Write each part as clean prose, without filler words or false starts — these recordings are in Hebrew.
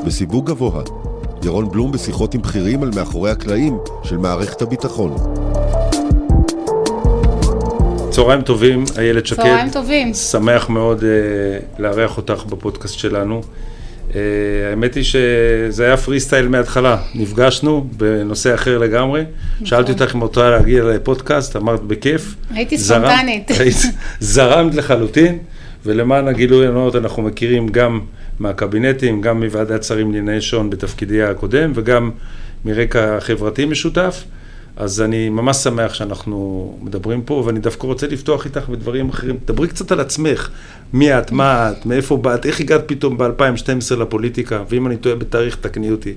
בסיווג גבוה. ירון בלום בשיחות עם בכירים על מאחורי הקלעים של מערכת הביטחון. צהריים טובים, איילת שקד. צהריים טובים. שמח מאוד לארח אותך בפודקאסט שלנו. האמת היא שזה היה פרי סטייל מההתחלה. נפגשנו בנושא אחר לגמרי. שאלתי אותך אם רוצה להגיע לפודקאסט, אמרת בכיף. הייתי ספונטנית. זרמת לחלוטין, ולמען הגילוי הנאות אנחנו מכירים גם מהקבינטים, גם מוועדת שרים לענייני שון בתפקידי הקודם, וגם מרקע חברתי משותף. אז אני ממש שמח שאנחנו מדברים פה, ואני דווקא רוצה לפתוח איתך בדברים אחרים. דברי קצת על עצמך, מי את, מה את, מאיפה באת, איך הגעת פתאום ב-2012 לפוליטיקה, ואם אני טועה בתאריך תקני אותי.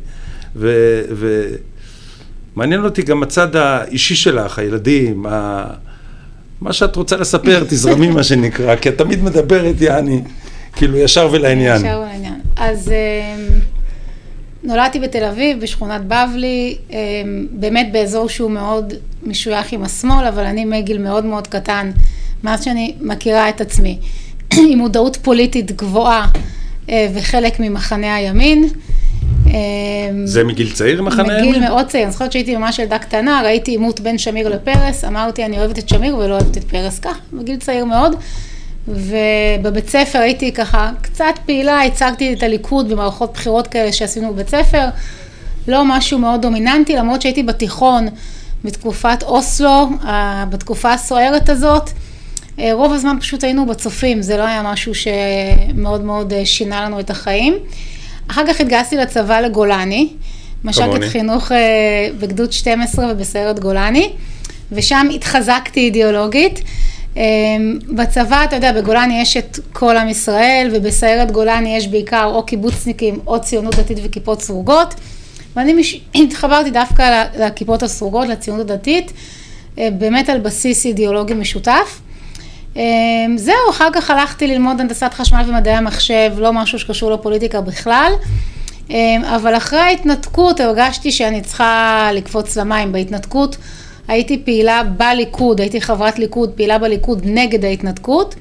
ומעניין אותי גם הצד האישי שלך, הילדים, מה שאת רוצה לספר, תזרמי מה שנקרא, כי את תמיד מדברת, יעני, כאילו ישר ולעניין. ישר ולעניין. אז נולדתי בתל אביב, בשכונת בבלי, באמת באזור שהוא מאוד משוייך עם השמאל, אבל אני מגיל מאוד מאוד קטן, מאז שאני מכירה את עצמי, עם מודעות פוליטית גבוהה וחלק ממחנה הימין. זה מגיל צעיר מחנה הימין? מגיל מאוד צעיר, אני זוכרת שהייתי ממש ילדה קטנה, ראיתי עימות בין שמיר לפרס, אמרתי אני אוהבת את שמיר ולא אוהבת את פרס, כך, בגיל צעיר מאוד. ובבית ספר הייתי ככה קצת פעילה, הצגתי את הליכוד במערכות בחירות כאלה שעשינו בבית ספר, לא משהו מאוד דומיננטי, למרות שהייתי בתיכון בתקופת אוסלו, בתקופה הסוערת הזאת, רוב הזמן פשוט היינו בצופים, זה לא היה משהו שמאוד מאוד שינה לנו את החיים. אחר כך התגייסתי לצבא לגולני, מש"קית חינוך בגדוד 12 ובסיירת גולני, ושם התחזקתי אידיאולוגית. בצבא, אתה יודע, בגולני יש את כל עם ישראל, ובסיירת גולני יש בעיקר או קיבוצניקים או ציונות דתית וכיפות סרוגות, ואני התחברתי דווקא לכיפות הסרוגות, לציונות הדתית, באמת על בסיס אידיאולוגי משותף. זהו, אחר כך הלכתי ללמוד הנדסת חשמל ומדעי המחשב, לא משהו שקשור לפוליטיקה בכלל, אבל אחרי ההתנתקות הרגשתי שאני צריכה לקפוץ למים. בהתנתקות הייתי פעילה בליכוד, הייתי חברת ליכוד, פעילה בליכוד נגד ההתנתקות,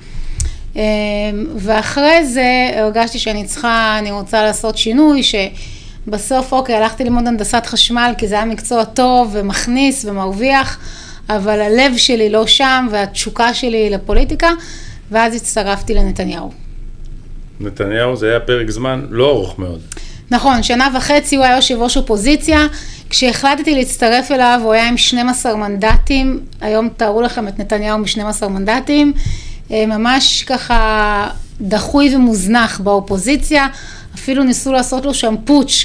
ואחרי זה הרגשתי אני רוצה לעשות שינוי, שבסוף אוקיי, הלכתי ללמוד הנדסת חשמל, כי זה היה מקצוע טוב ומכניס ומרוויח, אבל הלב שלי לא שם, והתשוקה שלי לפוליטיקה, ואז הצטרפתי לנתניהו. נתניהו זה היה פרק זמן לא ארוך מאוד. נכון, שנה וחצי הוא היה יושב ראש אופוזיציה, כשהחלטתי להצטרף אליו הוא היה עם 12 מנדטים, היום תארו לכם את נתניהו מ-12 מנדטים, ממש ככה דחוי ומוזנח באופוזיציה, אפילו ניסו לעשות לו שם פוטש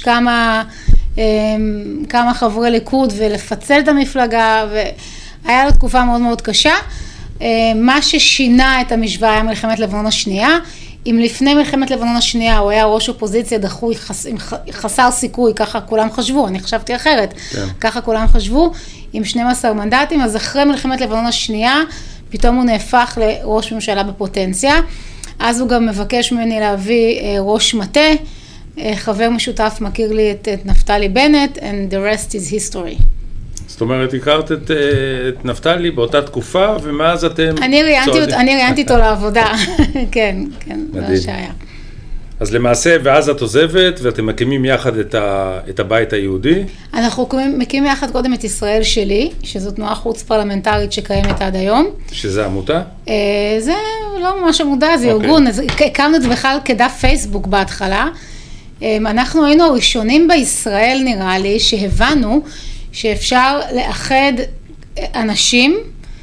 כמה חברי ליכוד ולפצל את המפלגה, והיה לו תקופה מאוד מאוד קשה. מה ששינה את המשוואה היה מלחמת לבנון השנייה, אם לפני מלחמת לבנון השנייה הוא היה ראש אופוזיציה דחוי, חסר סיכוי, ככה כולם חשבו, אני חשבתי אחרת, ככה כולם חשבו, עם 12 מנדטים, אז אחרי מלחמת לבנון השנייה, פתאום הוא נהפך לראש ממשלה בפוטנציה, אז הוא גם מבקש ממני להביא ראש מטה, חבר משותף מכיר לי את נפתלי בנט, and the rest is history. זאת אומרת, הכרת את נפתלי באותה תקופה, ומאז אתם... אני ראיינתי אותו לעבודה, כן, זה שהיה. אז למעשה, ואז את עוזבת, ואתם מקימים יחד את הבית היהודי? אנחנו מקימים יחד קודם את ישראל שלי, שזו תנועה חוץ פרלמנטרית שקיימת עד היום. שזה עמותה? זה לא ממש עמודה, זה ארגון, הקמנו את זה בכלל כדף פייסבוק בהתחלה. אנחנו היינו הראשונים בישראל, נראה לי, שהבנו שאפשר לאחד אנשים,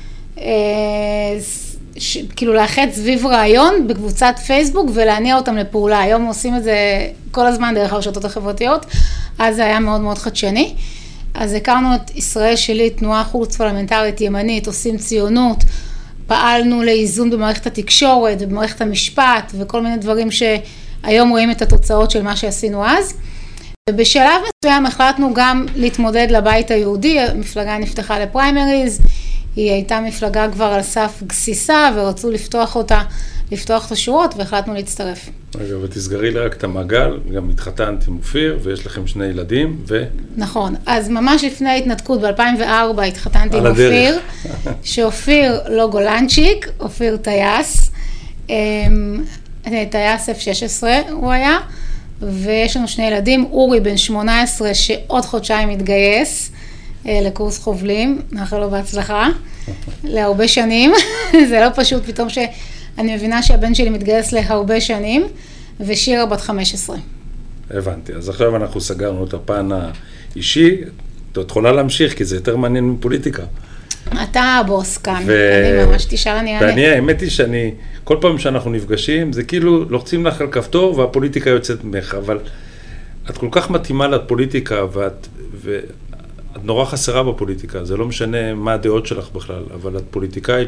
כאילו לאחד סביב רעיון בקבוצת פייסבוק ולהניע אותם לפעולה. היום עושים את זה כל הזמן דרך הרשתות החברתיות, אז זה היה מאוד מאוד חדשני. אז הכרנו את ישראל שלי, תנועה חוץ פרלמנטרית ימנית, עושים ציונות, פעלנו לאיזון במערכת התקשורת ובמערכת המשפט וכל מיני דברים שהיום רואים את התוצאות של מה שעשינו אז. ובשלב מסוים החלטנו גם להתמודד לבית היהודי, המפלגה נפתחה לפריימריז, היא הייתה מפלגה כבר על סף גסיסה ורצו לפתוח את השורות והחלטנו להצטרף. רגע, ותסגרי לי רק את המעגל, גם התחתנת עם אופיר ויש לכם 2 ילדים נכון, אז ממש לפני ההתנתקות ב-2004 התחתנתי עם אופיר, שאופיר לא גולנצ'יק, אופיר טייס, טייס F-16 הוא היה, ויש לנו 2 ילדים, אורי בן 18 שעוד חודשיים מתגייס לקורס חובלים, נאחל לו בהצלחה, להרבה שנים, זה לא פשוט פתאום שאני מבינה שהבן שלי מתגייס להרבה שנים, ושירה בת 15. הבנתי, אז עכשיו אנחנו סגרנו את הפן האישי, את יכולה להמשיך כי זה יותר מעניין מפוליטיקה. אתה הבוס כאן, אני ממש תשאר, אני אענה. ואני, האמת היא שאני, כל פעם שאנחנו נפגשים, זה כאילו לוחצים לך על כפתור והפוליטיקה יוצאת ממך, אבל את כל כך מתאימה לפוליטיקה ואת נורא חסרה בפוליטיקה, זה לא משנה מה הדעות שלך בכלל, אבל את פוליטיקאית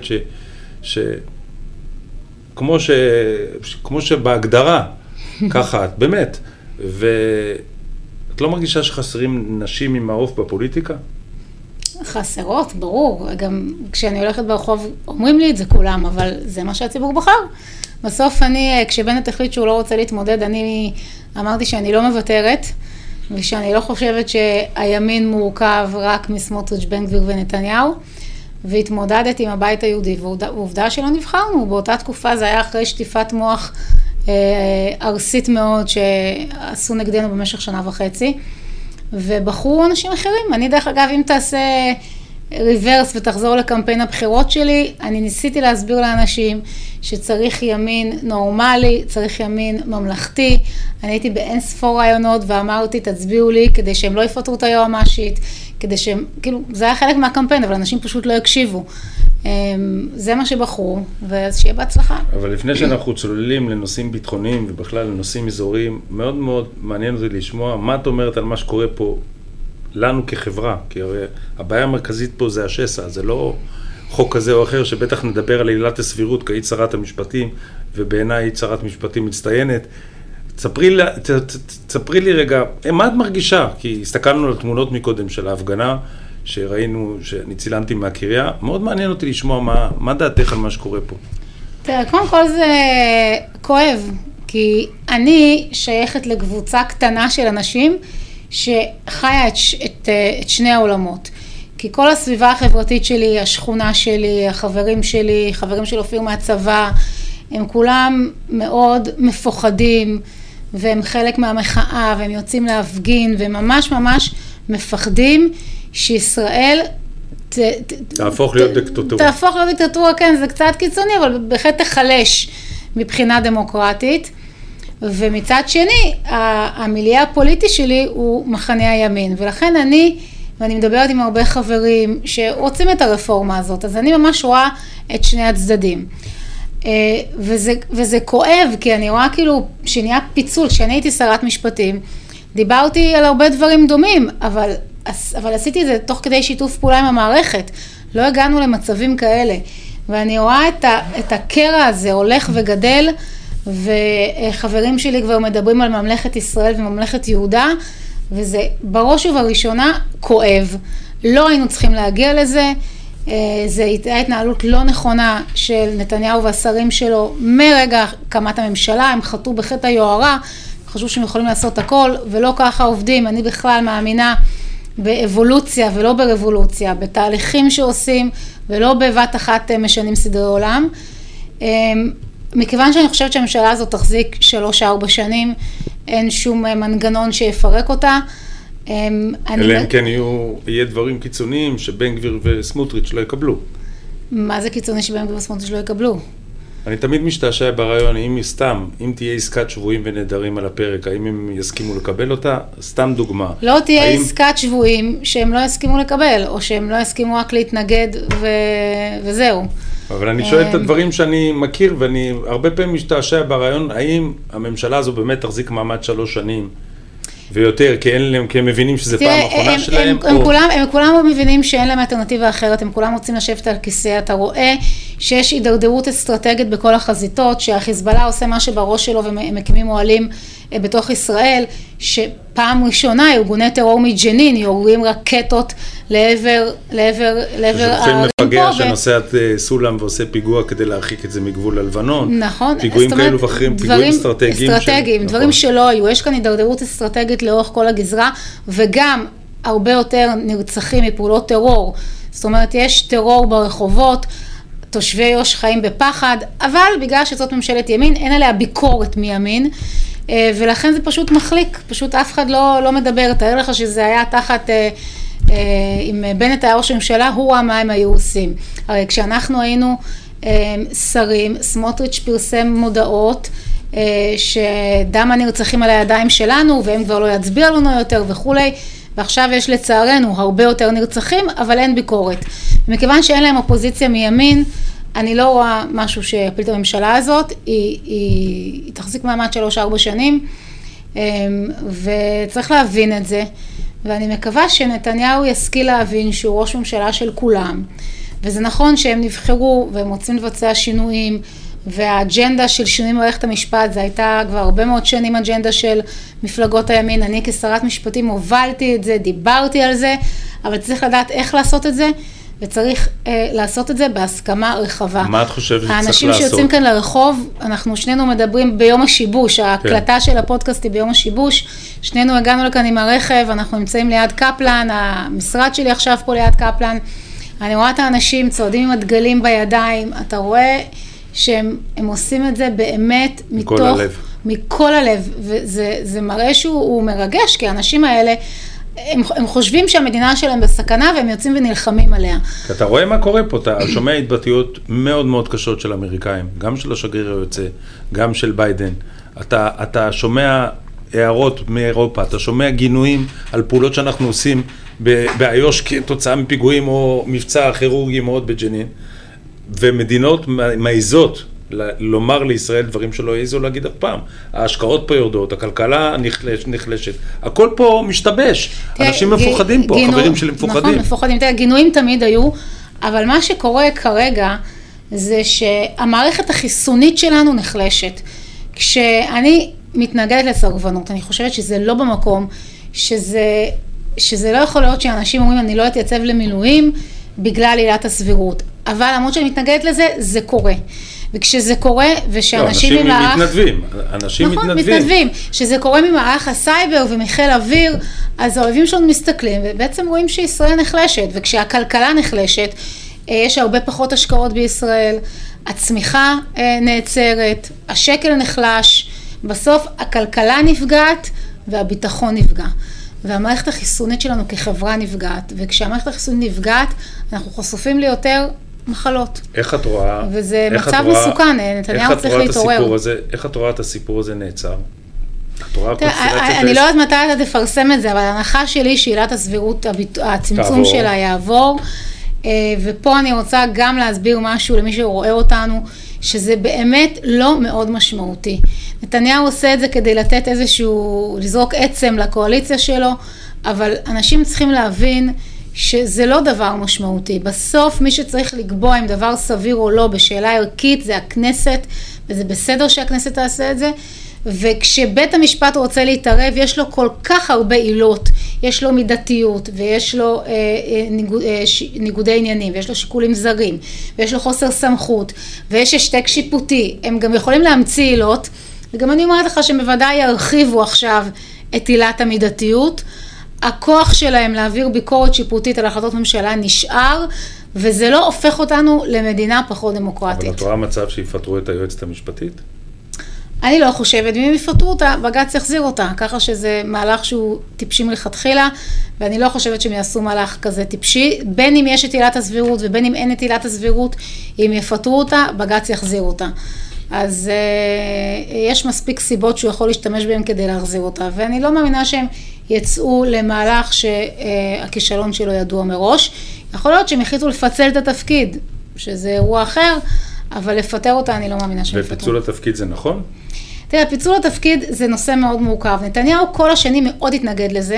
כמו שבהגדרה, ככה את, באמת, ואת לא מרגישה שחסרים נשים עם העוף בפוליטיקה? חסרות, ברור. גם כשאני הולכת ברחוב, אומרים לי את זה כולם, אבל זה מה שהציבור בחר. בסוף אני, כשבנט החליט שהוא לא רוצה להתמודד, אני אמרתי שאני לא מוותרת, ושאני לא חושבת שהימין מורכב רק מסמוטריץ', בן גביר ונתניהו, והתמודדתי עם הבית היהודי, ועובדה שלא נבחרנו. באותה תקופה זה היה אחרי שטיפת מוח ארסית מאוד, שעשו נגדנו במשך 1.5 שנה, ובחרו אנשים אחרים. אני דרך אגב, אם תעשה ריברס ותחזור לקמפיין הבחירות שלי, אני ניסיתי להסביר לאנשים שצריך ימין נורמלי, צריך ימין ממלכתי. אני הייתי באין ספור רעיונות ואמרתי, תצביעו לי כדי שהם לא יפטרו את היועמ"שית, כדי שהם, כאילו, זה היה חלק מהקמפיין, אבל אנשים פשוט לא הקשיבו. זה מה שבחרו, ואז שיהיה בהצלחה. אבל לפני שאנחנו צוללים לנושאים ביטחוניים ובכלל לנושאים אזוריים, מאוד מאוד מעניין אותי לשמוע מה את אומרת על מה שקורה פה לנו כחברה, כי הרי הבעיה המרכזית פה זה השסע, זה לא חוק כזה או אחר שבטח נדבר על עילת הסבירות, כי היית שרת המשפטים, ובעיניי היית שרת משפטים מצטיינת. תספרי לי רגע, מה את מרגישה? כי הסתכלנו על תמונות מקודם של ההפגנה, שראינו, שאני צילמתי מהקריה, מאוד מעניין אותי לשמוע מה דעתך על מה שקורה פה. תראה, קודם כל זה כואב, כי אני שייכת לקבוצה קטנה של אנשים שחיה את שני העולמות. כי כל הסביבה החברתית שלי, השכונה שלי, החברים שלי, חברים של אופיר מהצבא, הם כולם מאוד מפוחדים, והם חלק מהמחאה, והם יוצאים להפגין, והם ממש ממש מפחדים שישראל תהפוך להיות דיקטטורה. תהפוך להיות דיקטטורה, כן, זה קצת קיצוני, אבל בהחלט תחלש מבחינה דמוקרטית. ומצד שני, המיליה הפוליטי שלי הוא מחנה הימין, ולכן ואני מדברת עם הרבה חברים שרוצים את הרפורמה הזאת, אז אני ממש רואה את שני הצדדים. וזה כואב, כי אני רואה כאילו שנהיה פיצול. כשאני הייתי שרת משפטים, דיברתי על הרבה דברים דומים, אבל עשיתי את זה תוך כדי שיתוף פעולה עם המערכת. לא הגענו למצבים כאלה. ואני רואה את הקרע הזה הולך וגדל, וחברים שלי כבר מדברים על ממלכת ישראל וממלכת יהודה, וזה בראש ובראשונה כואב. לא היינו צריכים להגיע לזה. זה הייתה התנהלות לא נכונה של נתניהו והשרים שלו מרגע הקמת הממשלה. הם חטאו בחטא היוהרה, חשבו שהם יכולים לעשות הכל, ולא ככה עובדים. אני בכלל מאמינה באבולוציה ולא ברבולוציה, בתהליכים שעושים ולא בבת אחת משנים סדרי עולם. מכיוון שאני חושבת שהממשלה הזאת תחזיק 3-4 שנים, אין שום מנגנון שיפרק אותה. אלא אם כן יהיה דברים קיצוניים שבן גביר וסמוטריץ' לא יקבלו. מה זה קיצוני שבן גביר וסמוטריץ' לא יקבלו? אני תמיד משתעשע ברעיון, אם תהיה עסקת שבויים ונדרים על הפרק, האם הם יסכימו לקבל אותה? סתם דוגמה. לא תהיה עסקת שבויים שהם לא יסכימו לקבל, או שהם לא יסכימו רק להתנגד וזהו. אבל אני שואל את הדברים שאני מכיר, ואני הרבה פעמים משתעשע ברעיון, האם הממשלה הזו באמת תחזיק מעמד 3 שנים ויותר, כי הם מבינים שזה פעם האחרונה שלהם? הם כולם מבינים שאין להם אלטרנטיבה אחרת, הם כולם רוצים לשבת על כיסא. אתה רואה שיש הידרדרות אסטרטגית בכל החזיתות, שהחיזבאללה עושה מה שבראש שלו והם מקימים אוהלים בתוך ישראל, שפעם ראשונה ארגוני טרור מג'נין יורים רקטות לעבר שולחים מפגע שנוסע סולם ועושה פיגוע כדי להרחיק את זה מגבול הלבנון. נכון. פיגועים כאלו ואחרים, פיגועים אסטרטגיים. דברים שלא היו. יש כאן הידרדרות אסטרטגית לאורך כל הגזרה, וגם הרבה יותר נרצחים מפעולות טרור. זאת אומרת, יש טרור ברחובות, תושבי יו"ש חיים בפחד, אבל בגלל שזאת ממשלת ימין, אין עליה ביקורת מימין, ולכן זה פשוט מחליק, פשוט אף אחד לא מדבר. תאר לך שזה היה תחת, אם בנט היה ראש הממשלה, הוא מה הם היו עושים. הרי כשאנחנו היינו שרים, סמוטריץ' פרסם מודעות, שדם הנרצחים על הידיים שלנו, והם כבר לא יצביע לנו יותר וכולי, ועכשיו יש לצערנו הרבה יותר נרצחים, אבל אין ביקורת. ומכיוון שאין להם אופוזיציה מימין, אני לא רואה משהו שיפיל את הממשלה הזאת, היא תחזיק מעמד 3-4 שנים, וצריך להבין את זה, ואני מקווה שנתניהו ישכיל להבין שהוא ראש ממשלה של כולם, וזה נכון שהם נבחרו והם רוצים לבצע שינויים, והאג'נדה של שינוי מערכת המשפט, זה הייתה כבר הרבה מאוד שנים אג'נדה של מפלגות הימין, אני כשרת משפטים הובלתי את זה, דיברתי על זה, אבל צריך לדעת איך לעשות את זה, וצריך לעשות את זה בהסכמה רחבה. מה את חושבת שצריך לעשות? האנשים שיוצאים כאן לרחוב, אנחנו שנינו מדברים ביום השיבוש, ההקלטה של הפודקאסט היא ביום השיבוש, שנינו הגענו לכאן עם הרכב, אנחנו נמצאים ליד קפלן, המשרד שלי עכשיו פה ליד קפלן, אני רואה את האנשים צועדים עם הדגלים בידיים, אתה רואה שהם עושים את זה באמת מכל הלב, וזה מראה שהוא מרגש, כי האנשים האלה, הם חושבים שהמדינה שלהם בסכנה, והם יוצאים ונלחמים עליה. אתה רואה מה קורה פה, אתה שומע התבטאויות מאוד מאוד קשות של אמריקאים, גם של השגריר היוצא, גם של ביידן, אתה שומע הערות מאירופה, אתה שומע גינויים על פעולות שאנחנו עושים באיו"ש כתוצאה מפיגועים או מבצע כירורגי מאוד בג'נין, ומדינות מעיזות לומר לישראל דברים שלא יעיזו להגיד אף פעם. ההשקעות פה יורדות, הכלכלה נחלשת, הכל פה משתבש. אנשים מפוחדים פה, החברים שלי מפוחדים. נכון, מפוחדים. גינויים תמיד היו, אבל מה שקורה כרגע זה שהמערכת החיסונית שלנו נחלשת. כשאני מתנגדת לסרבנות, אני חושבת שזה לא במקום, שזה לא יכול להיות שאנשים אומרים אני לא אתייצב למילואים בגלל עילת הסבירות. אבל למרות שאני מתנגדת לזה, זה קורה. וכשזה קורה, ושאנשים ממערך... אנשים נכון, מתנדבים. שזה קורה ממערך הסייבר ומחיל אוויר, אז האויבים שלנו מסתכלים, ובעצם רואים שישראל נחלשת, וכשהכלכלה נחלשת, יש הרבה פחות השקעות בישראל, הצמיחה נעצרת, השקל נחלש, בסוף הכלכלה נפגעת, והביטחון נפגע. והמערכת החיסונית שלנו כחברה נפגעת, וכשהמערכת החיסונית נפגעת, אנחנו חשופים ליותר מחלות. איך את רואה? וזה מצב מסוכן, נתניהו צריך להתעורר. איך את רואה את הסיפור הזה נעצר? אני לא יודעת מתי אתה תפרסם את זה, אבל ההנחה שלי שעילת הסבירות, הצמצום שלה יעבור, ופה אני רוצה גם להסביר משהו למי שרואה אותנו, שזה באמת לא מאוד משמעותי. נתניהו עושה את זה כדי לתת איזשהו, לזרוק עצם לקואליציה שלו, אבל אנשים צריכים להבין שזה לא דבר משמעותי. בסוף מי שצריך לקבוע אם דבר סביר או לא בשאלה ערכית זה הכנסת, וזה בסדר שהכנסת תעשה את זה, וכשבית המשפט רוצה להתערב יש לו כל כך הרבה עילות, יש לו מידתיות ויש לו ניגודי עניינים ויש לו שיקולים זרים ויש לו חוסר סמכות ויש השתק שיפוטי, הם גם יכולים להמציא עילות, וגם אני אומרת לך שבוודאי ירחיבו עכשיו את עילת המידתיות, הכוח שלהם להעביר ביקורת שיפוטית על החלטות ממשלה נשאר, וזה לא הופך אותנו למדינה פחות דמוקרטית. אבל את רואה מצב שיפטרו את היועצת המשפטית? אני לא חושבת, ואם יפטרו אותה, בג"ץ יחזיר אותה, ככה שזה מהלך שהוא טיפשי מלכתחילה, ואני לא חושבת שהם יעשו מהלך כזה טיפשי, בין אם יש את עילת הסבירות ובין אם אין את עילת הסבירות, אם יפטרו אותה, בג"ץ יחזיר אותה. אז יש מספיק סיבות שהוא יכול להשתמש בהם כדי להחזיר אותה, ואני לא מאמינה שהם יצאו למהלך שהכישלון שלו ידוע מראש. יכול להיות שהם החליטו לפצל את התפקיד, שזה אירוע אחר, אבל לפטר אותה אני לא מאמינה שהם יפטרו. ופיצול התפקיד זה נכון? תראה, פיצול התפקיד זה נושא מאוד מורכב. נתניהו כל השנים מאוד התנגד לזה.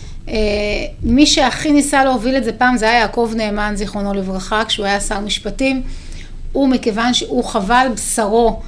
מי שהכי ניסה להוביל את זה פעם, זה היה יעקב נאמן, זיכרונו לברכה, כשהוא היה שר משפטים. הוא מכיוון שהוא חבל בשרו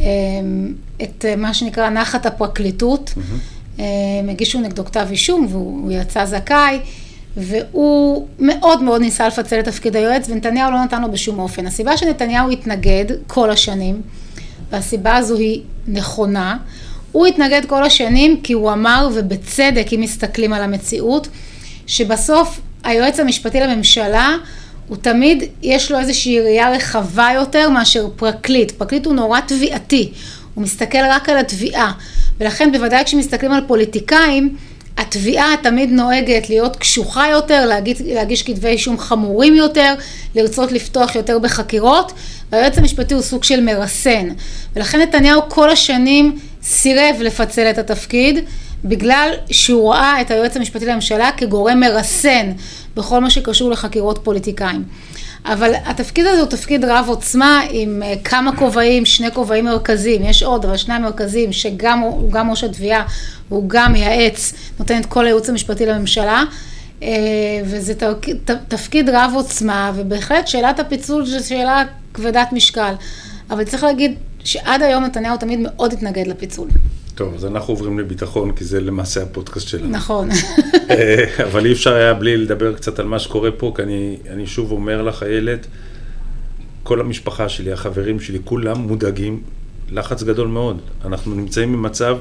את מה שנקרא נחת הפרקליטות, הגישו נגדו כתב אישום והוא יצא זכאי, והוא מאוד מאוד ניסה לפצל את תפקיד היועץ, ונתניהו לא נתן לו בשום אופן. הסיבה שנתניהו התנגד כל השנים, והסיבה הזו היא נכונה, הוא התנגד כל השנים כי הוא אמר, ובצדק אם מסתכלים על המציאות, שבסוף היועץ המשפטי לממשלה, הוא תמיד יש לו איזושהי ראייה רחבה יותר מאשר פרקליט. פרקליט הוא נורא תביעתי, הוא מסתכל רק על התביעה, ולכן בוודאי כשמסתכלים על פוליטיקאים, התביעה תמיד נוהגת להיות קשוחה יותר, להגיש כתבי אישום חמורים יותר, לרצות לפתוח יותר בחקירות, והיועץ המשפטי הוא סוג של מרסן. ולכן נתניהו כל השנים סירב לפצל את התפקיד, בגלל שהוא ראה את היועץ המשפטי לממשלה כגורם מרסן בכל מה שקשור לחקירות פוליטיקאים. אבל התפקיד הזה הוא תפקיד רב עוצמה עם כמה כובעים, 2 כובעים מרכזיים, יש עוד, אבל 2 מרכזיים שהוא גם ראש התביעה, הוא גם מייעץ, נותן את כל הייעוץ המשפטי לממשלה, וזה תפקיד רב עוצמה, ובהחלט שאלת הפיצול זו שאלה כבדת משקל, אבל צריך להגיד שעד היום נתניהו תמיד מאוד התנגד לפיצול. טוב, אז אנחנו עוברים לביטחון, כי זה למעשה הפודקאסט שלנו. נכון. אבל אי אפשר היה בלי לדבר קצת על מה שקורה פה, כי אני שוב אומר לך, איילת, כל המשפחה שלי, החברים שלי, כולם מודאגים, לחץ גדול מאוד. אנחנו נמצאים במצב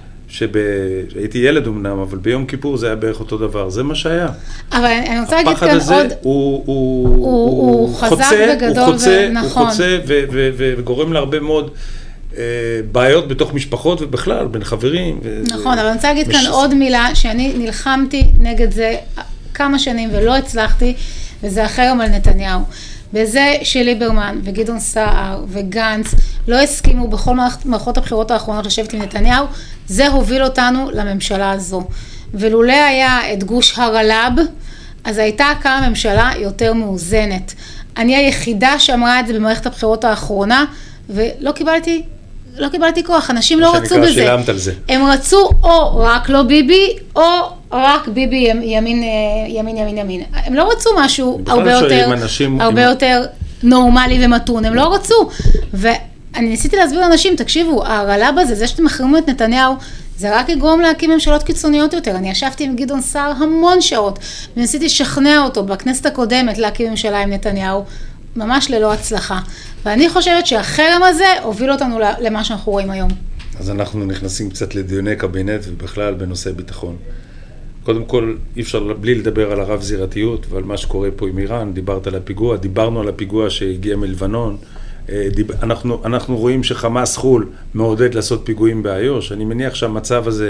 שהייתי ילד אמנם, אבל ביום כיפור זה היה בערך אותו דבר. זה מה שהיה. אבל אני רוצה להגיד כאן עוד... הפחד הזה הוא חזק וגדול ונכון. הוא חוצה וגורם להרבה מאוד בעיות בתוך משפחות ובכלל, בין חברים. נכון, אבל אני רוצה להגיד כאן עוד מילה, שאני נלחמתי נגד זה כמה שנים ולא הצלחתי, וזה החרם על נתניהו. בזה שליברמן וגדעון סער וגנץ לא הסכימו בכל מערכות הבחירות האחרונות לשבת עם נתניהו, זה הוביל אותנו לממשלה הזו. ולולא היה את גוש הרל"ב, אז הייתה כמה ממשלה יותר מאוזנת. אני היחידה שאמרה את זה במערכת הבחירות האחרונה, ולא קיבלתי כוח, אנשים לא רצו בזה. שילמת על זה. הם רצו או רק לא ביבי, או רק ביבי ימין. הם לא רצו משהו הרבה יותר נורמלי ומתון, הם לא רצו. ואני ניסיתי להסביר לאנשים, תקשיבו, הרל"ב הזה, זה שאתם מחרימו את נתניהו, זה רק יגרום להקים ממשלות קיצוניות יותר. אני ישבתי עם גדעון סער המון שעות, וניסיתי לשכנע אותו בכנסת הקודמת להקים ממשלה עם נתניהו, ממש ללא הצלחה. ואני חושבת שהחרם הזה הוביל אותנו למה שאנחנו רואים היום. אז אנחנו נכנסים קצת לדיוני קבינט ובכלל בנושא ביטחון. קודם כל, אי אפשר בלי לדבר על הרב זירתיות ועל מה שקורה פה עם איראן. דיברת על הפיגוע, דיברנו על הפיגוע שהגיע מלבנון. אנחנו רואים שחמאס חול מעודד לעשות פיגועים באיו"ש. אני מניח שהמצב הזה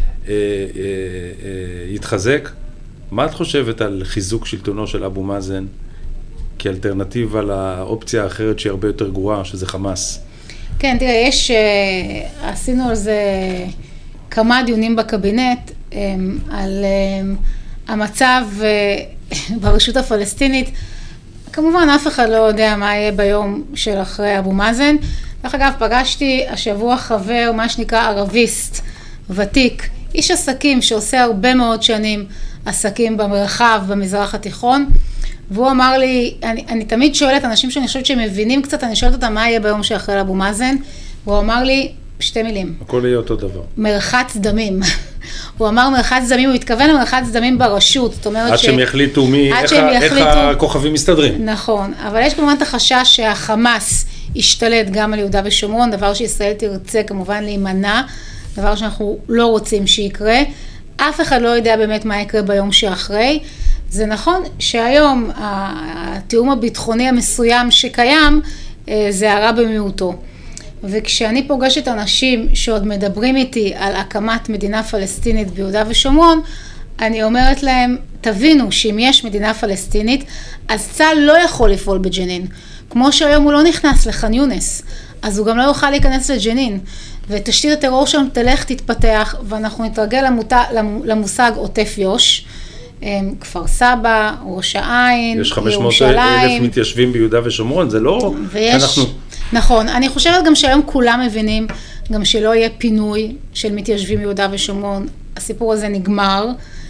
יתחזק. מה את חושבת על חיזוק שלטונו של אבו מאזן כאלטרנטיבה לאופציה האחרת שהיא הרבה יותר גרועה, שזה חמאס? כן, תראה, עשינו על זה כמה דיונים בקבינט על המצב ברשות הפלסטינית. כמובן, אף אחד לא יודע מה יהיה ביום של אחרי אבו מאזן. דרך אגב, פגשתי השבוע חבר, מה שנקרא ערביסט, ותיק, איש עסקים שעושה הרבה מאוד שנים עסקים במרחב, במזרח התיכון, והוא אמר לי, אני תמיד שואלת אנשים שאני חושבת שהם מבינים קצת, אני שואלת אותם מה יהיה ביום שאחרי אבו מאזן, והוא אמר לי 2 מילים. הכל יהיה אותו דבר. מרחץ דמים. הוא אמר מרחץ דמים, הוא התכוון למרחץ דמים ברשות, זאת אומרת עד שהם יחליטו איך הכוכבים מסתדרים. נכון, אבל יש כמובן את החשש שהחמאס ישתלט גם על יהודה ושומרון, דבר שישראל תרצה כמובן להימנע, דבר שאנחנו לא רוצים שיקרה. אף אחד לא יודע באמת מה יקרה ביום שאחרי. זה נכון שהיום התיאום הביטחוני המסוים שקיים זה הרע במיעוטו. וכשאני פוגשת אנשים שעוד מדברים איתי על הקמת מדינה פלסטינית ביהודה ושומרון, אני אומרת להם, תבינו שאם יש מדינה פלסטינית, אז צה"ל לא יכול לפעול בג'נין. כמו שהיום הוא לא נכנס לח'אן יונס, אז הוא גם לא יוכל להיכנס לג'נין. ותשתית הטרור שלנו תלך, תתפתח, ואנחנו נתרגל למושג עוטף יו"ש, כפר סבא, ראש העין, יש 500,000 מתיישבים ביהודה ושומרון, זה לא... נכון, אני חושבת גם שהיום כולם מבינים, גם שלא יהיה פינוי של מתיישבים ביהודה ושומרון, הסיפור הזה נגמר,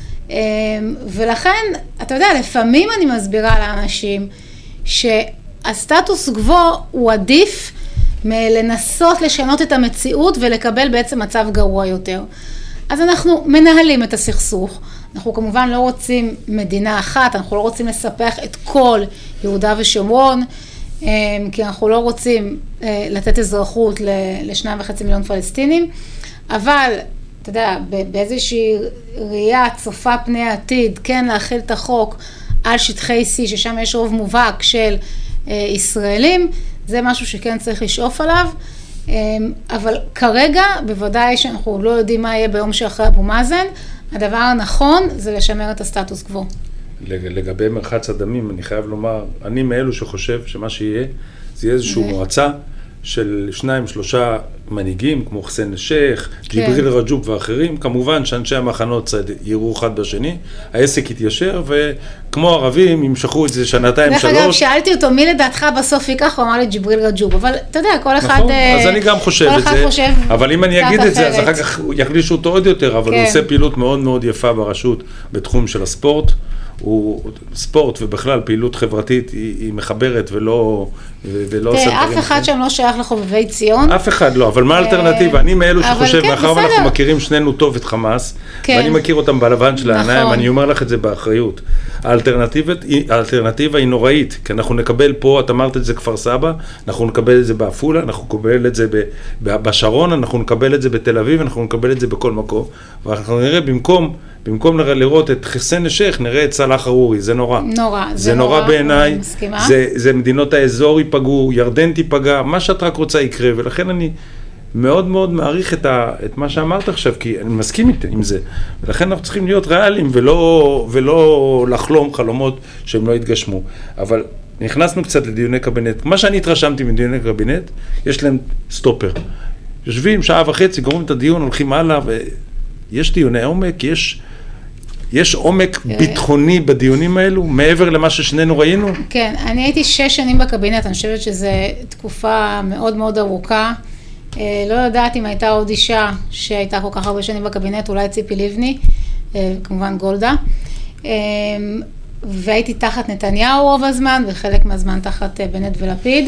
ולכן, אתה יודע, לפעמים אני מסבירה לאנשים, שהסטטוס קוו הוא עדיף מלנסות לשנות את המציאות, ולקבל בעצם מצב גרוע יותר. אז אנחנו מנהלים את הסכסוך, אנחנו כמובן לא רוצים מדינה אחת, אנחנו לא רוצים לספח את כל יהודה ושומרון, כי אנחנו לא רוצים לתת אזרחות ל2.5 מיליון פלסטינים, אבל, אתה יודע, באיזושהי ראייה צופה פני העתיד, כן להכיל את החוק על שטחי C, ששם יש רוב מובהק של ישראלים, זה משהו שכן צריך לשאוף עליו, אבל כרגע, בוודאי שאנחנו לא יודעים מה יהיה ביום שאחרי אבו מאזן, הדבר הנכון זה לשמר את הסטטוס קוו. לגבי מרחץ הדמים, אני חייב לומר, אני מאלו שחושב שמה שיהיה, זה יהיה איזושהי מועצה של 2-3 מנהיגים, כמו חסן שייח, ג'יבריל רג'וב ואחרים, כמובן שאנשי המחנות יראו אחד בשני, העסק יתיישר, וכמו ערבים, ימשכו את זה 2-3. דרך אגב, שאלתי אותו, מי לדעתך בסוף ייקח, הוא אמר לי ג'יבריל רג'וב, אבל אתה יודע, כל אחד... נכון, אז אני גם חושב את זה, אבל אם אני אגיד את זה, אז אחר כך יחלישו אותו עוד יותר, אבל הוא עושה פעילות מאוד מאוד יפה ברשות, בתחום של הספורט, הוא ספורט ובכלל פעילות חברתית היא מחברת ולא עושה דברים. אף אחד שם לא שייך לחובבי ציון. אף אחד לא, אבל מה האלטרנטיבה? אני מאלו שחושב, מאחר ואנחנו מכירים שנינו טוב את חמאס, ואני מכיר אותם בלבן של העיניים, אני אומר לך את זה באחריות. האלטרנטיבה היא נוראית, כי אנחנו נקבל פה, את אמרת את זה כפר סבא, אנחנו נקבל את זה באפולה, אנחנו נקבל את זה בשרון, אנחנו נקבל את זה בתל אביב, אנחנו נקבל את זה בכל מקום, ואנחנו נראה במקום לראות את חסן שייח, נראה את סלאח ארורי, זה נורא. זה נורא בעיניי, זה מדינות האזור ייפגעו, ירדן תיפגע, מה שאת רק רוצה יקרה, ולכן אני מאוד מאוד מעריך את מה שאמרת עכשיו, כי אני מסכים עם זה, ולכן אנחנו צריכים להיות ריאליים, ולא לחלום חלומות שהם לא יתגשמו. אבל נכנסנו קצת לדיוני קבינט, מה שאני התרשמתי מדיוני קבינט, יש להם סטופר. יושבים 1.5 שעה, גורמים את הדיון, הולכים הלאה, ויש דיוני עומק, יש עומק ביטחוני בדיונים האלו, מעבר למה ששנינו ראינו? כן, אני הייתי 6 שנים בקבינט, אני חושבת שזו תקופה מאוד מאוד ארוכה. לא יודעת אם הייתה עוד אישה שהייתה כל כך הרבה שנים בקבינט, אולי ציפי לבני, כמובן גולדה. והייתי תחת נתניהו רוב הזמן, וחלק מהזמן תחת בנט ולפיד.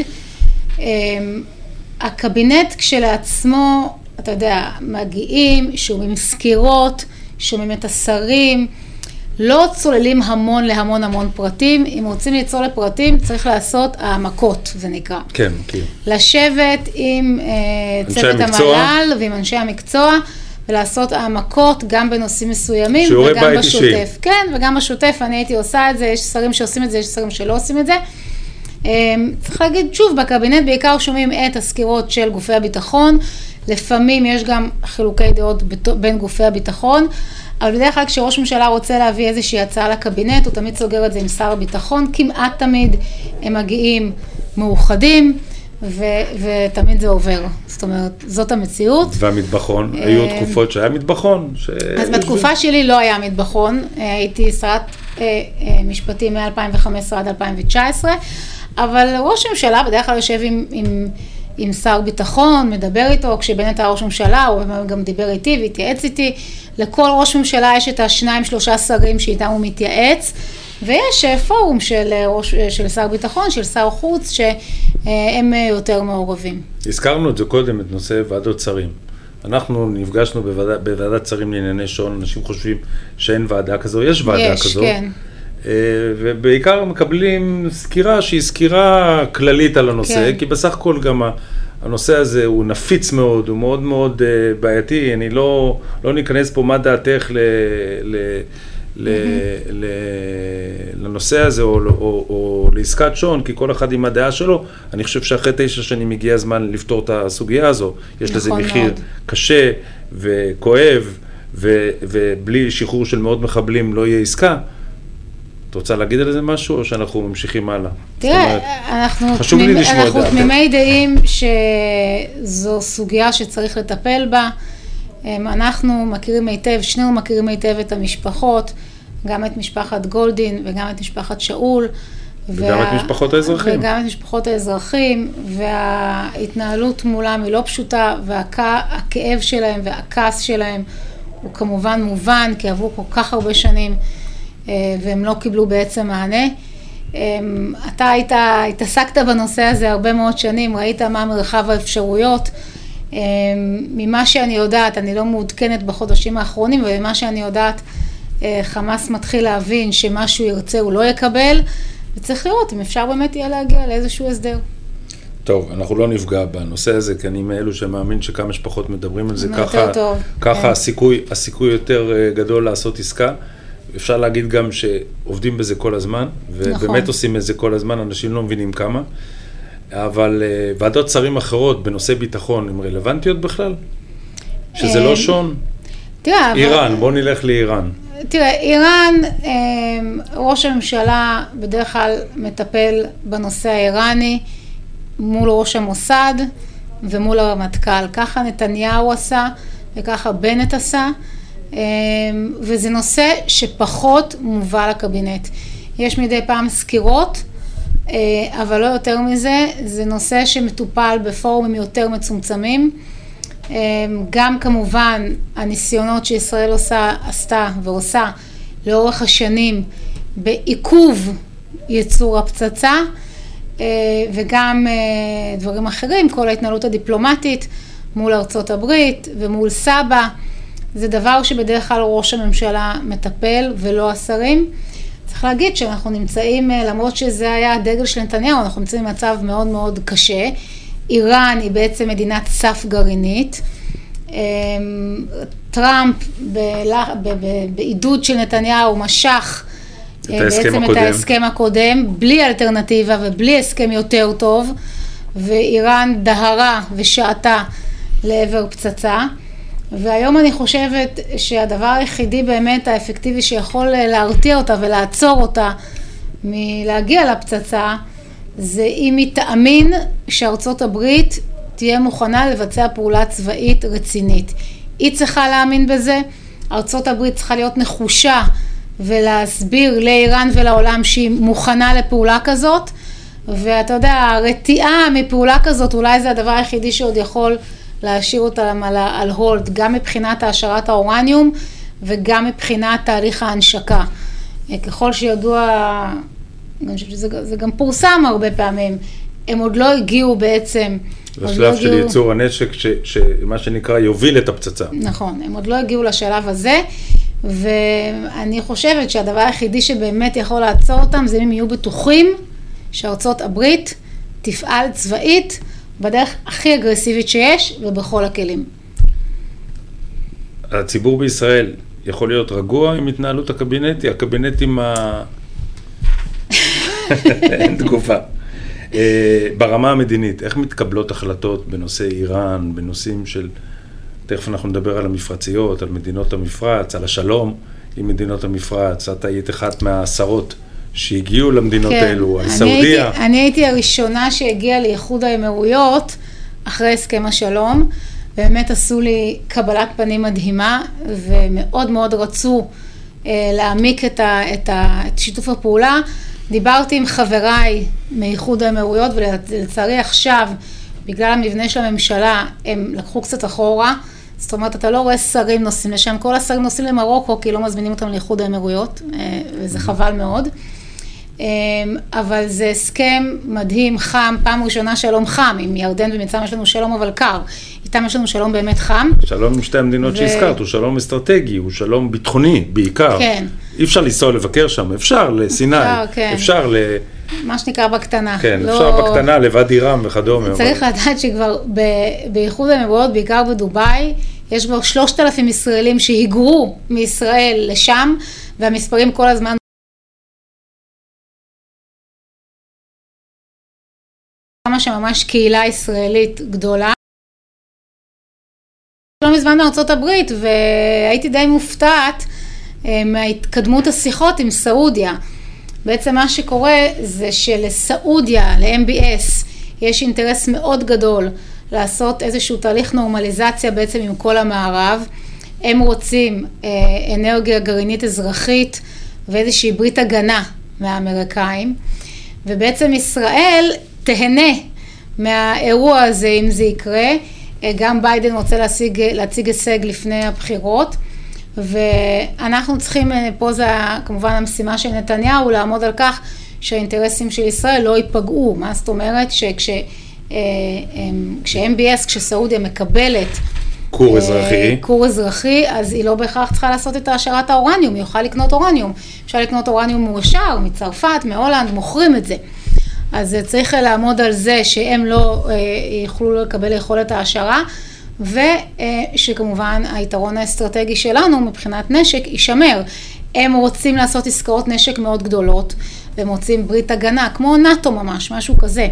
הקבינט כשלעצמו, אתה יודע, מגיעים, שומעים סקירות, שומעים את השרים, לא צוללים להמון פרטים. אם רוצים ליצור לפרטים, צריך לעשות העמקות, זה נקרא. כן, כן. לשבת עם צוות המל"ל ועם אנשי המקצוע, ולעשות העמקות גם בנושאים מסוימים, וגם בשוטף. כן, וגם בשוטף אני הייתי עושה את זה, יש שרים שעושים את זה, יש שרים שלא עושים את זה. צריך להגיד, שוב, בקבינט בעיקר שומעים את הסקירות של גופי הביטחון, לפעמים יש גם חילוקי דעות בין גופי הביטחון, אבל בדרך כלל כשראש ממשלה רוצה להביא איזושהי הצעה לקבינט, הוא תמיד סוגר את זה עם שר הביטחון, כמעט תמיד הם מגיעים מאוחדים, ותמיד זה עובר. זאת אומרת, זאת המציאות. והמטבחון, היו תקופות שהיה מטבחון. אז בתקופה שלי לא היה מטבחון, הייתי שרת משפטים מ-2015 עד 2019, אבל ראש הממשלה בדרך כלל יושב עם שר ביטחון, מדבר איתו, כשבנט היה ראש ממשלה, הוא גם דיבר איתי והתייעץ איתי. לכל ראש ממשלה יש את 2-3 שרים שאיתם הוא מתייעץ, ויש פורום של שר ביטחון, של שר חוץ, שהם יותר מעורבים. הזכרנו את זה קודם, את נושא ועדות שרים. אנחנו נפגשנו בוועדת שרים לענייני שעון, אנשים חושבים שאין ועדה כזו, יש ועדה כזו. יש, כן. ובעיקר מקבלים סקירה שהיא סקירה כללית על הנושא, כן. כי בסך הכל גם הנושא הזה הוא נפיץ מאוד, הוא מאוד מאוד בעייתי, אני לא ניכנס פה מה דעתך לנושא הזה או לעסקת שון, כי כל אחד עם הדעה שלו. אני חושב שאחרי 9 שנים הגיע הזמן לפתור את הסוגיה הזו. יש לזה מחיר קשה וכואב, ובלי שחרור של מאות מחבלים לא יהיה עסקה. את רוצה להגיד על זה משהו, או שאנחנו ממשיכים הלאה? תראה, אנחנו תמימי דעים שזו סוגיה שצריך לטפל בה. אנחנו מכירים היטב, שנינו מכירים היטב את המשפחות, גם את משפחת גולדין וגם את משפחת שאול. וגם את משפחות האזרחים. וגם את משפחות האזרחים, וההתנהלות מולם היא לא פשוטה, והכאב שלהם והכעס שלהם הוא כמובן מובן, כי עברו כל כך הרבה שנים, והם לא קיבלו בעצם מענה. אתה התעסקת בנושא הזה הרבה מאוד שנים, ראית מה מרחב האפשרויות. ממה שאני יודעת, אני לא מעודכנת בחודשים האחרונים, וממה שאני יודעת, חמאס מתחיל להבין שמה שהוא ירצה הוא לא יקבל, וצריך לראות אם אפשר באמת יהיה להגיע לאיזשהו הסדר. טוב, אנחנו לא נפגע בנושא הזה, כי אני מאלו שמאמין שכמה שפחות מדברים על זה, ככה הסיכוי יותר גדול לעשות עסקה. אפשר להגיד גם שעובדים בזה כל הזמן, ובאמת עושים את זה כל הזמן, אנשים לא מבינים כמה. אבל ועדות שרים אחרות בנושא ביטחון הן רלוונטיות בכלל? שזה לא שון? תראה, איראן, בוא נלך לאיראן. תראה, איראן, ראש הממשלה בדרך כלל מטפל בנושא האיראני מול ראש המוסד ומול הרמטכ"ל. ככה נתניהו עשה וככה בנט עשה, וזה נושא שפחות מובא לקבינט. יש מדי פעם סקירות, אבל לא יותר מזה, זה נושא שמטופל בפורומים יותר מצומצמים. גם כמובן הניסיונות שישראל עשתה ועושה לאורך השנים בעיכוב ייצור הפצצה, וגם דברים אחרים, כל ההתנהלות הדיפלומטית מול ארצות הברית ומול סבא, זה דבר שבדרך כלל ראש הממשלה מטפל ולא השרים. צריך להגיד שאנחנו נמצאים, למרות שזה היה הדגל של נתניהו, אנחנו נמצאים במצב מאוד מאוד קשה. איראן היא בעצם מדינת סף גרעינית. טראמפ בעידוד של נתניהו משך בעצם את ההסכם הקודם, בלי אלטרנטיבה ובלי הסכם יותר טוב, ואיראן דהרה ושעתה לעבר פצצה. והיום אני חושבת שהדבר היחידי באמת האפקטיבי שיכול להרתיע אותה ולעצור אותה מלהגיע לפצצה, זה אם היא תאמין שארצות הברית תהיה מוכנה לבצע פעולה צבאית רצינית. היא צריכה להאמין בזה, ארצות הברית צריכה להיות נחושה ולהסביר לאיראן ולעולם שהיא מוכנה לפעולה כזאת, ואתה יודע, הרתיעה מפעולה כזאת אולי זה הדבר היחידי שעוד יכול להשאיר אותם על הולד, גם מבחינת העשרת האורניום וגם מבחינת תהליך ההנשקה. ככל שידוע, אני חושבת שזה גם פורסם הרבה פעמים, הם עוד לא הגיעו בעצם, לשלב של ייצור הנשק, שמה שנקרא יוביל את הפצצה. נכון, הם עוד לא הגיעו לשלב הזה, ואני חושבת שהדבר היחידי שבאמת יכול לעצור אותם, זה אם יהיו בטוחים שארצות הברית תפעל צבאית, בדרך הכי אגרסיבית שיש ובכל הכלים. הציבור בישראל יכול להיות רגוע עם התנהלות הקבינט? הקבינט עם אין תגובה. ברמה המדינית, איך מתקבלות החלטות בנושא איראן, בנושאים של, תכף אנחנו נדבר על המפרציות, על מדינות המפרץ, על השלום עם מדינות המפרץ, אתה היית אחת מהעשרות שהגיעו למדינות האלו, על סעודיה. אני הייתי הראשונה שהגיעה לאיחוד האמירויות אחרי הסכם השלום, באמת עשו לי קבלת פנים מדהימה, ומאוד מאוד רצו להעמיק את שיתוף הפעולה. דיברתי עם חבריי מאיחוד האמירויות, ולצערי עכשיו, בגלל המבנה של הממשלה, הם לקחו קצת אחורה. זאת אומרת, אתה לא רואה שרים נוסעים לשם, כל השרים נוסעים למרוקו, כי לא מזמינים אותם לאיחוד האמירויות, וזה חבל מאוד. אבל זה הסכם מדהים, חם, פעם ראשונה שלום חם, עם ירדן ומצרים יש לנו שלום אבל קר, איתם יש לנו שלום באמת חם. שלום עם שתי המדינות שהזכרת, הוא שלום אסטרטגי, הוא שלום ביטחוני בעיקר. כן. אי אפשר לנסוע לבקר שם, אפשר לסיני, אפשר מה שנקרא בקטנה. כן, אפשר בקטנה, לוואדי רם וכדומה. צריך לדעת שכבר באיחוד האמירויות, בעיקר בדובאי, יש כבר 3,000 ישראלים שהיגרו מישראל לשם, והמספרים כל הזמן כמה שממש קהילה ישראלית גדולה. לא מזמן מארצות הברית, והייתי די מופתעת מהתקדמות השיחות עם סעודיה. בעצם מה שקורה זה שלסעודיה, ל-MBS, יש אינטרס מאוד גדול לעשות איזשהו תהליך נורמליזציה בעצם עם כל המערב. הם רוצים אנרגיה גרעינית אזרחית ואיזושהי ברית הגנה מהאמריקאים, ובעצם ישראל תהנה מהאירוע הזה אם זה יקרה. גם ביידן רוצה להציג הישג לפני הבחירות, ואנחנו צריכים, פה זה כמובן המשימה של נתניהו, לעמוד על כך שהאינטרסים של ישראל לא ייפגעו. מה זאת אומרת? כש-MBS, כשסעודיה מקבלת קור אזרחי, אז היא לא בהכרח צריכה לעשות את העשרת האורניום, היא יכולה לקנות אורניום. אפשר לקנות אורניום מאושר, מצרפת, מהולנד, מוכרים את זה. אז צריך לעמוד על זה שהם לא יוכלו לקבל יכולת העשרה, ושכמובן היתרון האסטרטגי שלנו מבחינת נשק יישמר. הם רוצים לעשות עסקאות נשק מאוד גדולות, והם רוצים ברית הגנה, כמו נאטו ממש, משהו כזה.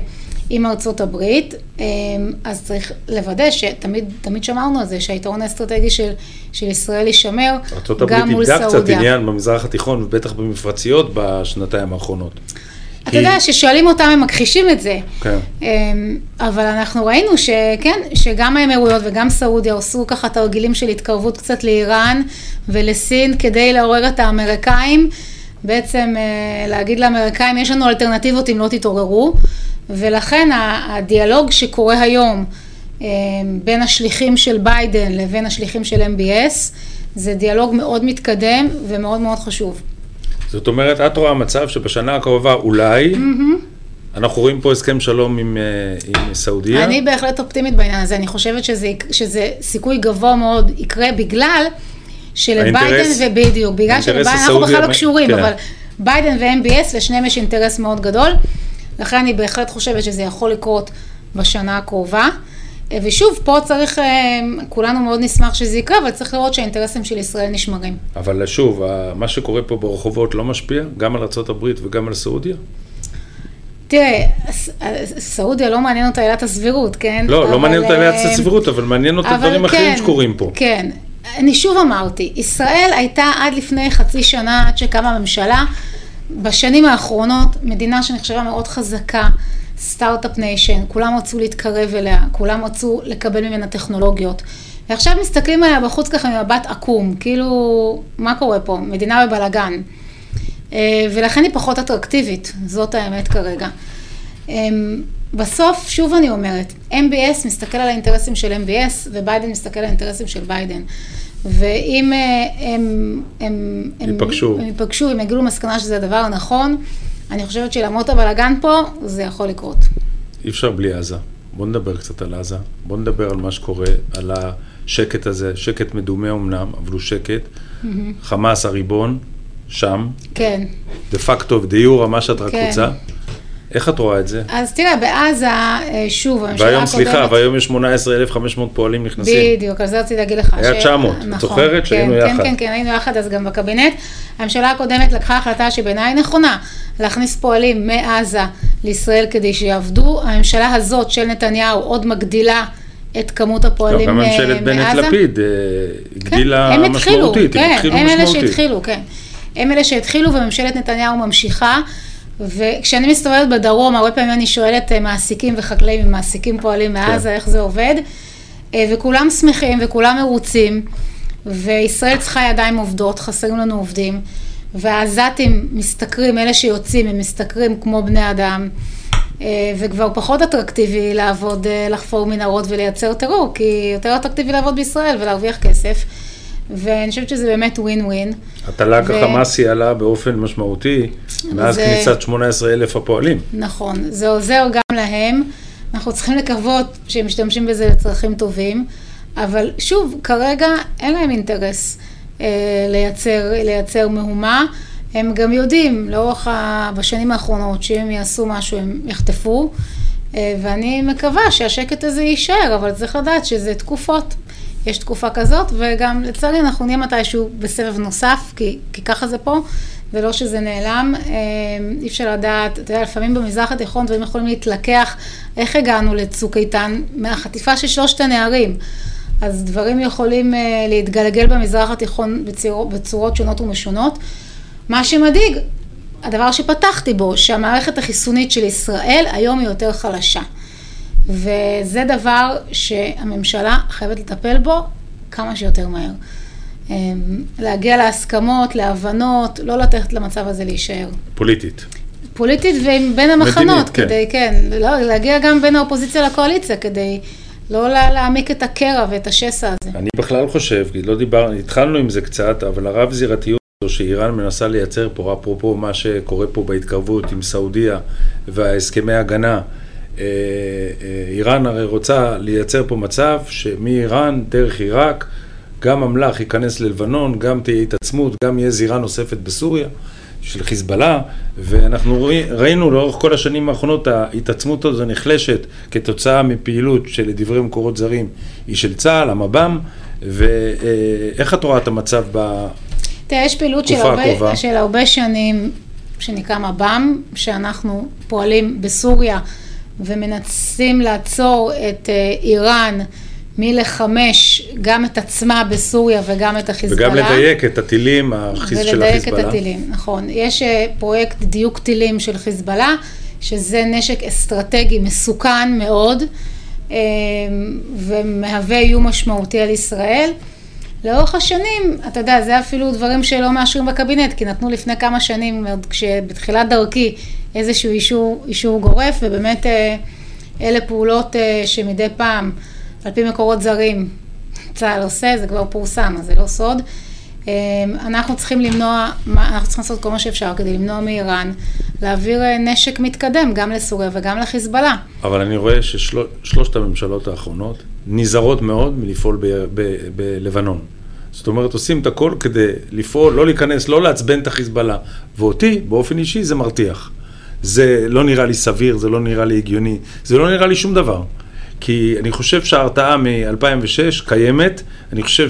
עם ארצות הברית, אז צריך לוודא שתמיד שמרנו על זה, שהיתרון האסטרטגי של ישראל יישמר גם מול סעודיה. ארצות הברית איבדה קצת עניין במזרח התיכון, ובטח במפרציות בשנתיים האחרונות. אתה יודע, ששואלים אותם, הם מכחישים את זה. כן. אבל אנחנו ראינו שגם האמירויות וגם סעודיה עשו ככה תרגילים של התקרבות קצת לאיראן ולסין, כדי לעורר את האמריקאים, בעצם להגיד לאמריקאים, יש לנו אלטרנטיבות אם לא תתעוררו, ולכן הדיאלוג שקורה היום בין השליחים של ביידן לבין השליחים של MBS, זה דיאלוג מאוד מתקדם ומאוד מאוד חשוב. זאת אומרת, את רואה מצב שבשנה הקרובה אולי, אנחנו רואים פה הסכם שלום עם סעודיה? אני בהחלט אופטימית בעניין הזה, אני חושבת שזה סיכוי גבוה מאוד יקרה בגלל שלביידן ובדיוק, בגלל אנחנו בכלל לא קשורים, אבל ביידן ו-MBS לשניהם יש אינטרס מאוד גדול, לכן אני בהחלט חושבת שזה יכול לקרות בשנה הקרובה, ושוב, פה צריך, כולנו מאוד נשמח שזה יקרה, אבל צריך לראות שהאינטרסים של ישראל נשמרים. אבל שוב, מה שקורה פה ברחובות לא משפיע, גם על ארצות הברית וגם על סעודיה? תראה, סעודיה לא מעניין אותה עילת הסבירות, כן? לא מעניין אותה עילת הסבירות, אבל מעניין אותה דברים אחרים שקורים פה. כן, אני שוב אמרתי, ישראל הייתה עד לפני חצי שנה, עד שקמה הממשלה, בשנים האחרונות, מדינה שנחשבה מאוד חזקה, סטארט-אפ ניישן, כולם רצו להתקרב אליה, כולם רצו לקבל ממנה טכנולוגיות. ועכשיו מסתכלים עליה בחוץ ככה ממבט עקום, כאילו, מה קורה פה? מדינה בבלגן. ולכן היא פחות אטרקטיבית, זאת האמת כרגע. בסוף, שוב אני אומרת, MBS מסתכל על האינטרסים של MBS, וביידן מסתכל על האינטרסים של ביידן. ואם הם ייפגשו, הם יגידו מסקנה שזה הדבר הנכון, אני חושבת שלמרות הבלגן פה, זה יכול לקרות. אי אפשר בלי עזה. בוא נדבר קצת על עזה. בוא נדבר על מה שקורה, על השקט הזה, שקט מדומה אמנם, אבל הוא שקט. חמאס הריבון, שם. כן. דה פקטו ודיור, מה שאת רק רוצה. איך את רואה את זה? אז תראה, בעזה, שוב, הממשלה והיום, סליחה, והיום יש 18,500 פועלים נכנסים. בדיוק, על זה רציתי להגיד לך. היה 900, את זוכרת שהיינו יחד. כן, היינו יחד, אז גם בקבינט. הממשלה הקודמת לקחה החלטה שבעיניי נכונה, להכניס פועלים מעזה לישראל כדי שיעבדו. הממשלה הזאת של נתניהו עוד מגדילה את כמות הפועלים מעזה. גם ממשלת בנט-לפיד הגדילה משמעותית. הם אלה שהתחילו, כן. הם אלה שהתחילו וממשלת נתניהו ממשיכה. וכשאני מסתובבת בדרום, הרבה פעמים אני שואלת מעסיקים וחקלאים, אם מעסיקים פועלים מעזה, איך זה עובד, וכולם שמחים וכולם מרוצים, וישראל צריכה ידיים עובדות, חסרים לנו עובדים, והעזתים מסתכרים, אלה שיוצאים, הם מסתכרים כמו בני אדם, וכבר פחות אטרקטיבי לעבוד, לחפור מנהרות ולייצר טרור, כי יותר אטרקטיבי לעבוד בישראל ולהרוויח כסף, ואני חושבת שזה באמת ווין ווין. התל"ג החמאסי עלה באופן משמעותי, מאז כניסת 18,000 הפועלים. נכון, זה עוזר גם להם, אנחנו צריכים לקוות שהם משתמשים בזה לצרכים טובים, אבל שוב, כרגע אין להם אינטרס לייצר מהומה, הם גם יודעים לאורך בשנים האחרונות שאם יעשו משהו הם יחטפו, ואני מקווה שהשקט הזה יישאר, אבל צריך לדעת שזה תקופות. יש תקופה כזאת, וגם לצערי אנחנו נהיה מתישהו בסבב נוסף, כי ככה זה פה, ולא שזה נעלם. אי אפשר לדעת, אתה יודע, לפעמים במזרח התיכון דברים יכולים להתלקח, איך הגענו לצוק איתן מהחטיפה של 3 הנערים. אז דברים יכולים להתגלגל במזרח התיכון בצורות שונות ומשונות. מה שמדאיג, הדבר שפתחתי בו, שהמערכת החיסונית של ישראל היום היא יותר חלשה. וזה דבר שהממשלה חייבת לטפל בו כמה שיותר מהר. להגיע להסכמות, להבנות, לא לתת למצב הזה להישאר. פוליטית. פוליטית ובין המחנות, כדי, כן, להגיע גם בין האופוזיציה לקואליציה, כדי לא להעמיק את הקרע ואת השסע הזה. אני בכלל חושב, כי לא דיברנו, התחלנו עם זה קצת, אבל הרב זירתיות שאיראן מנסה לייצר פה, אפרופו מה שקורה פה בהתקרבות עם סעודיה וההסכמי הגנה, איראן הרי רוצה לייצר פה מצב שמאיראן דרך עיראק גם המלח ייכנס ללבנון, גם תהיה התעצמות, גם יהיה זירה נוספת בסוריה של חיזבאללה, ואנחנו ראינו לאורך כל השנים האחרונות ההתעצמות הזו נחלשת כתוצאה מפעילות שלדברי מקורות זרים היא של צה"ל, המב"ם, ואיך את רואה את המצב תראה, יש פעילות של הרבה שנים שנקרא מב"ם, שאנחנו פועלים בסוריה ומנסים לעצור את איראן מלחמש גם את עצמה בסוריה וגם את החיזבאללה. וגם לדייק את הטילים של החיזבאללה. ולדייק את הטילים, נכון. יש פרויקט דיוק טילים של חיזבאללה, שזה נשק אסטרטגי מסוכן מאוד, ומהווה איום משמעותי על ישראל. לאורך השנים, אתה יודע, זה אפילו דברים שלא מאשרים בקבינט, כי נתנו לפני כמה שנים, כשבתחילת דרכי, איזשהו אישור גורף, ובאמת אלה פעולות שמדי פעם, על פי מקורות זרים, צה"ל עושה, זה כבר פורסם, אז זה לא סוד. אנחנו צריכים לעשות כל מה שאפשר כדי למנוע מאיראן, להעביר נשק מתקדם, גם לסוריה וגם לחיזבאללה. אבל אני רואה ששלושת הממשלות האחרונות נזהרות מאוד מלפעול בלבנון. זאת אומרת, עושים את הכל כדי לפעול, לא להיכנס, לא לעצבן את החיזבאללה. ואותי, באופן אישי, זה מרתיח. זה לא נראה לי סביר, זה לא נראה לי הגיוני, זה לא נראה לי שום דבר. כי אני חושב שההרתעה מ-2006 קיימת, אני חושב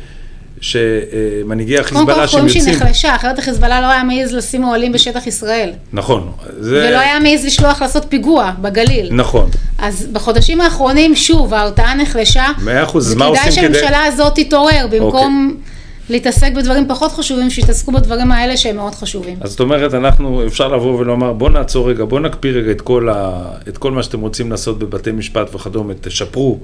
שמנהיגי החיזבאללה שהם יוצאים... קודם כל שהיא נחלשה, אחרת החיזבאללה לא היה מעיז לשים אוהלים בשטח ישראל. נכון. ולא היה מעיז לשלוח לעשות פיגוע בגליל. נכון. אז בחודשים האחרונים, שוב, ההרתעה נחלשה. 100%, אז מה עושים כדי... וכדאי שהממשלה הזאת תתעורר, במקום להתעסק בדברים פחות חשובים, שיתעסקו בדברים האלה שהם מאוד חשובים. אז זאת אומרת, אפשר לבוא ולומר, בוא נעצור רגע, בוא נקפיא רגע את כל מה שאתם רוצים לעשות בבתי משפט וכדומה, תשפרו,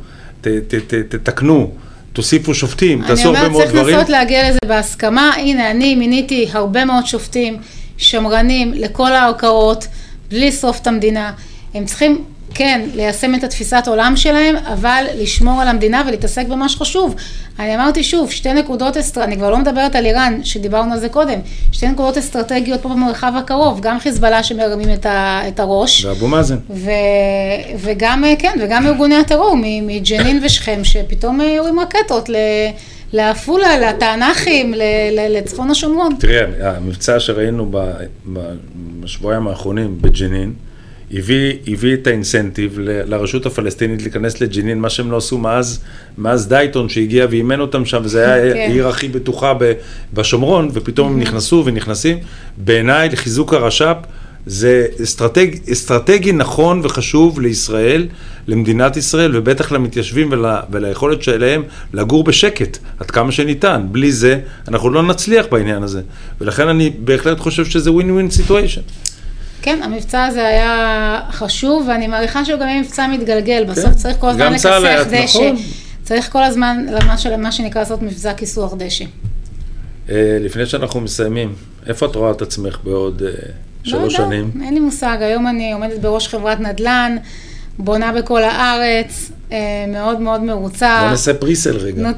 תתקנו, תוסיפו שופטים, תעשו הרבה מאוד דברים. צריך לנסות להגיע לזה בהסכמה. הנה, אני מיניתי הרבה מאוד שופטים, שמרנים לכל הערכאות, בלי לשרוף את המדינה. הם צריכים, כן, ליישם את התפיסת עולם שלהם, אבל לשמור על המדינה ולהתעסק במה שחשוב. אני אמרתי שוב, שתי נקודות אני כבר לא מדברת על איראן, שדיברנו על זה קודם, שתי נקודות אסטרטגיות פה במרחב הקרוב, גם חיזבאללה שמרמים את הראש. ואבו מאזן. וגם, כן, וגם ארגוני הטרור מג'נין ושכם, שפתאום יורים רקטות לעפולה, לתענכים, לצפון השומרון. תראה, המבצע שראינו בשבועיים האחרונים בג'נין, הביא את האינסנטיב לרשות הפלסטינית להיכנס לג'נין, מה שהם לא עשו מאז דייטון שהגיע ואימן אותם שם, וזה היה העיר הכי בטוחה בשומרון, ופתאום הם נכנסו ונכנסים. בעיניי, לחיזוק הרש"פ, זה אסטרטגי נכון וחשוב לישראל, למדינת ישראל, ובטח למתיישבים וליכולת שלהם לגור בשקט, עד כמה שניתן. בלי זה, אנחנו לא נצליח בעניין הזה. ולכן אני בהחלט חושב שזה win-win situation. כן, המבצע הזה היה חשוב, ואני מעריכה שהוא גם יהיה מבצע מתגלגל. בסוף צריך כל הזמן לכסח דשא. צריך כל הזמן, מה שנקרא לעשות מבצע כיסוח דשא. לפני שאנחנו מסיימים, איפה את רואה את עצמך בעוד 3 שנים? אין לי מושג. היום אני עומדת בראש חברת נדל"ן, בונה בכל הארץ, מאוד מאוד מרוצה. בוא נעשה פריסל רגע.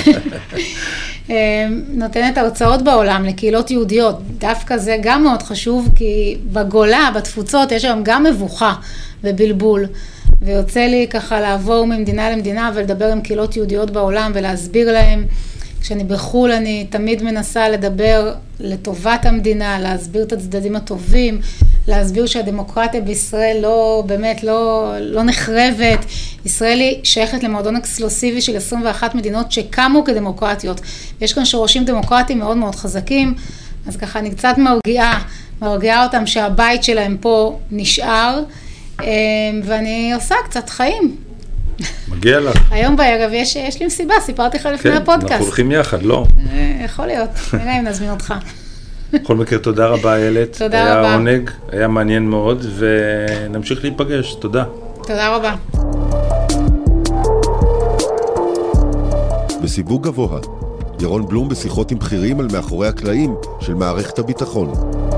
נותנת הרצאות בעולם לקהילות יהודיות. דווקא זה גם מאוד חשוב, כי בגולה, בתפוצות, יש היום גם מבוכה ובלבול. ויוצא לי ככה לעבור ממדינה למדינה ולדבר עם קהילות יהודיות בעולם ולהסביר להם. כשאני בחול אני תמיד מנסה לדבר לטובת המדינה, להסביר את הצדדים הטובים, להסביר שהדמוקרטיה בישראל לא נחרבת. ישראל היא שייכת למועדון אקסקלוסיבי של 21 מדינות שקמו כדמוקרטיות. יש כאן שורשים דמוקרטיים מאוד מאוד חזקים, אז ככה אני קצת מרגיעה אותם שהבית שלהם פה נשאר, ואני עושה קצת חיים. מגיע לך. היום בערב יש לי מסיבה, סיפרתי לך לפני הפודקאסט. כן, אנחנו הולכים יחד, לא? יכול להיות, נראה אם נזמין אותך. בכל מקרה, תודה רבה, איילת. תודה רבה. היה עונג, היה מעניין מאוד, ונמשיך להיפגש. תודה. תודה רבה. בסיווג גבוה, ירון בלום בשיחות עם בכירים על מאחורי הקלעים של מערכת הביטחון.